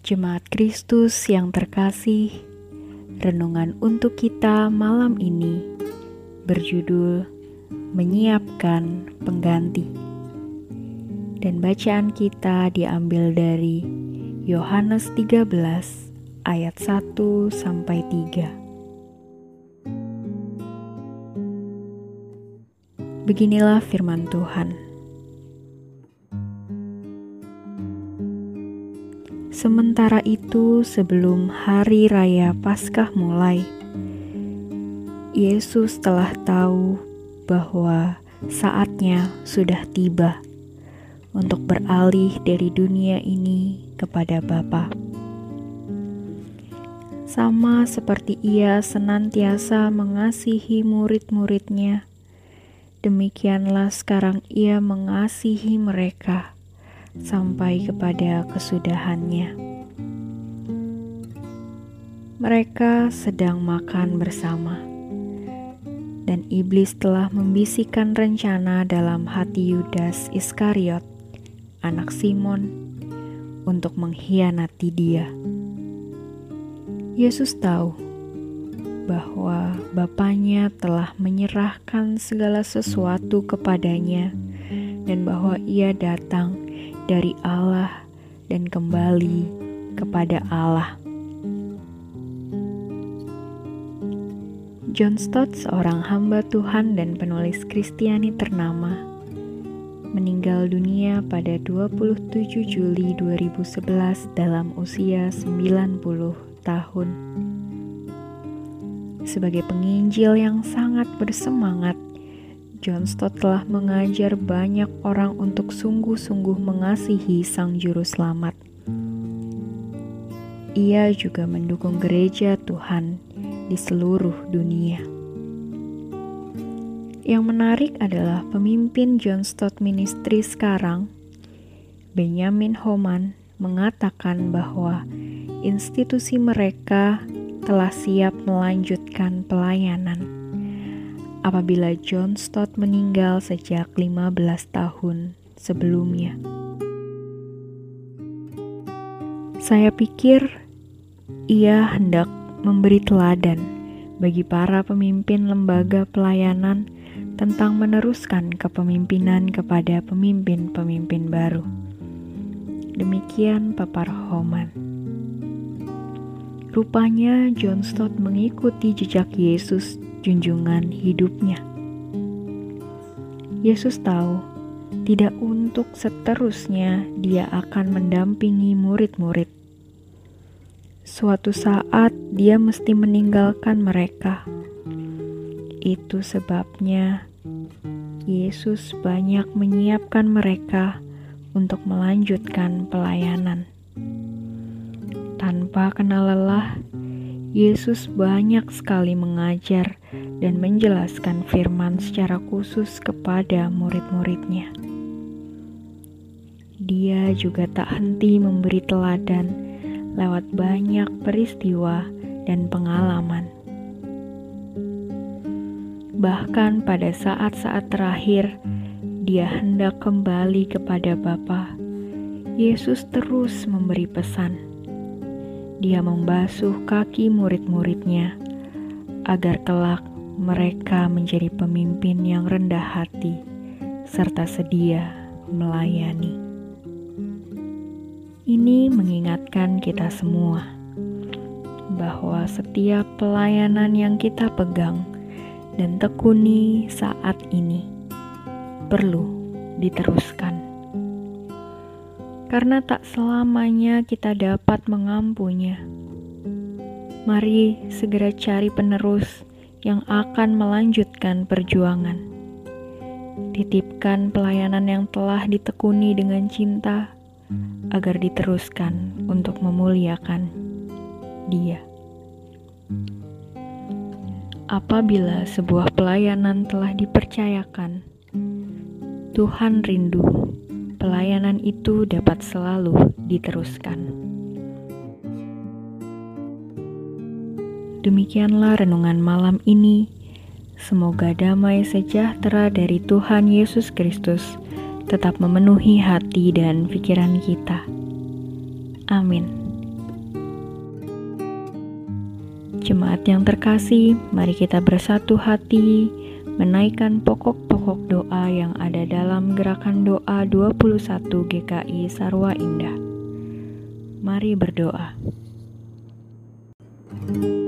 Jemaat Kristus yang terkasih, renungan untuk kita malam ini berjudul Menyiapkan Pengganti. Dan bacaan kita diambil dari Yohanes 13 ayat 1-3. Beginilah firman Tuhan. Sementara itu, sebelum hari raya Paskah mulai, Yesus telah tahu bahwa saatnya sudah tiba untuk beralih dari dunia ini kepada Bapa. Sama seperti Ia senantiasa mengasihi murid-muridnya, demikianlah sekarang Ia mengasihi mereka sampai kepada kesudahannya. Mereka sedang makan bersama, dan iblis telah membisikkan rencana dalam hati Yudas Iskariot, anak Simon, untuk mengkhianati Dia. Yesus tahu bahwa Bapanya telah menyerahkan segala sesuatu kepadanya dan bahwa Ia datang dari Allah dan kembali kepada Allah. John Stott, seorang hamba Tuhan dan penulis Kristiani ternama, meninggal dunia pada 27 Juli 2011 dalam usia 90 tahun. Sebagai penginjil yang sangat bersemangat, John Stott telah mengajar banyak orang untuk sungguh-sungguh mengasihi Sang Juru Selamat. Ia juga mendukung gereja Tuhan di seluruh dunia. Yang menarik adalah pemimpin John Stott Ministry sekarang, Benjamin Homan, mengatakan bahwa institusi mereka telah siap melanjutkan pelayanan apabila John Stott meninggal sejak 15 tahun sebelumnya. Saya pikir ia hendak memberi teladan bagi para pemimpin lembaga pelayanan tentang meneruskan kepemimpinan kepada pemimpin-pemimpin baru. Demikian papar Homan. Rupanya John Stott mengikuti jejak Yesus junjungan hidupnya. Yesus tahu tidak untuk seterusnya Dia akan mendampingi murid-murid. Suatu saat Dia mesti meninggalkan mereka. Itu sebabnya Yesus banyak menyiapkan mereka untuk melanjutkan pelayanan. Tanpa kenal lelah, Yesus banyak sekali mengajar dan menjelaskan firman secara khusus kepada murid-muridnya. Dia juga tak henti memberi teladan lewat banyak peristiwa dan pengalaman. Bahkan pada saat-saat terakhir, Dia hendak kembali kepada Bapa. Yesus terus memberi pesan. Dia membasuh kaki murid-muridnya agar kelak mereka menjadi pemimpin yang rendah hati serta sedia melayani. Ini mengingatkan kita semua bahwa setiap pelayanan yang kita pegang dan tekuni saat ini perlu diteruskan. Karena tak selamanya kita dapat mengampunya. Mari segera cari penerus yang akan melanjutkan perjuangan. Titipkan pelayanan yang telah ditekuni dengan cinta agar diteruskan untuk memuliakan Dia. Apabila sebuah pelayanan telah dipercayakan, Tuhan rindu pelayanan itu dapat selalu diteruskan. Demikianlah renungan malam ini. Semoga damai sejahtera dari Tuhan Yesus Kristus tetap memenuhi hati dan pikiran kita. Amin. Jemaat yang terkasih, mari kita bersatu hati menaikkan pokok-pokok doa yang ada dalam gerakan doa 21 GKI Sarwa Indah. Mari berdoa.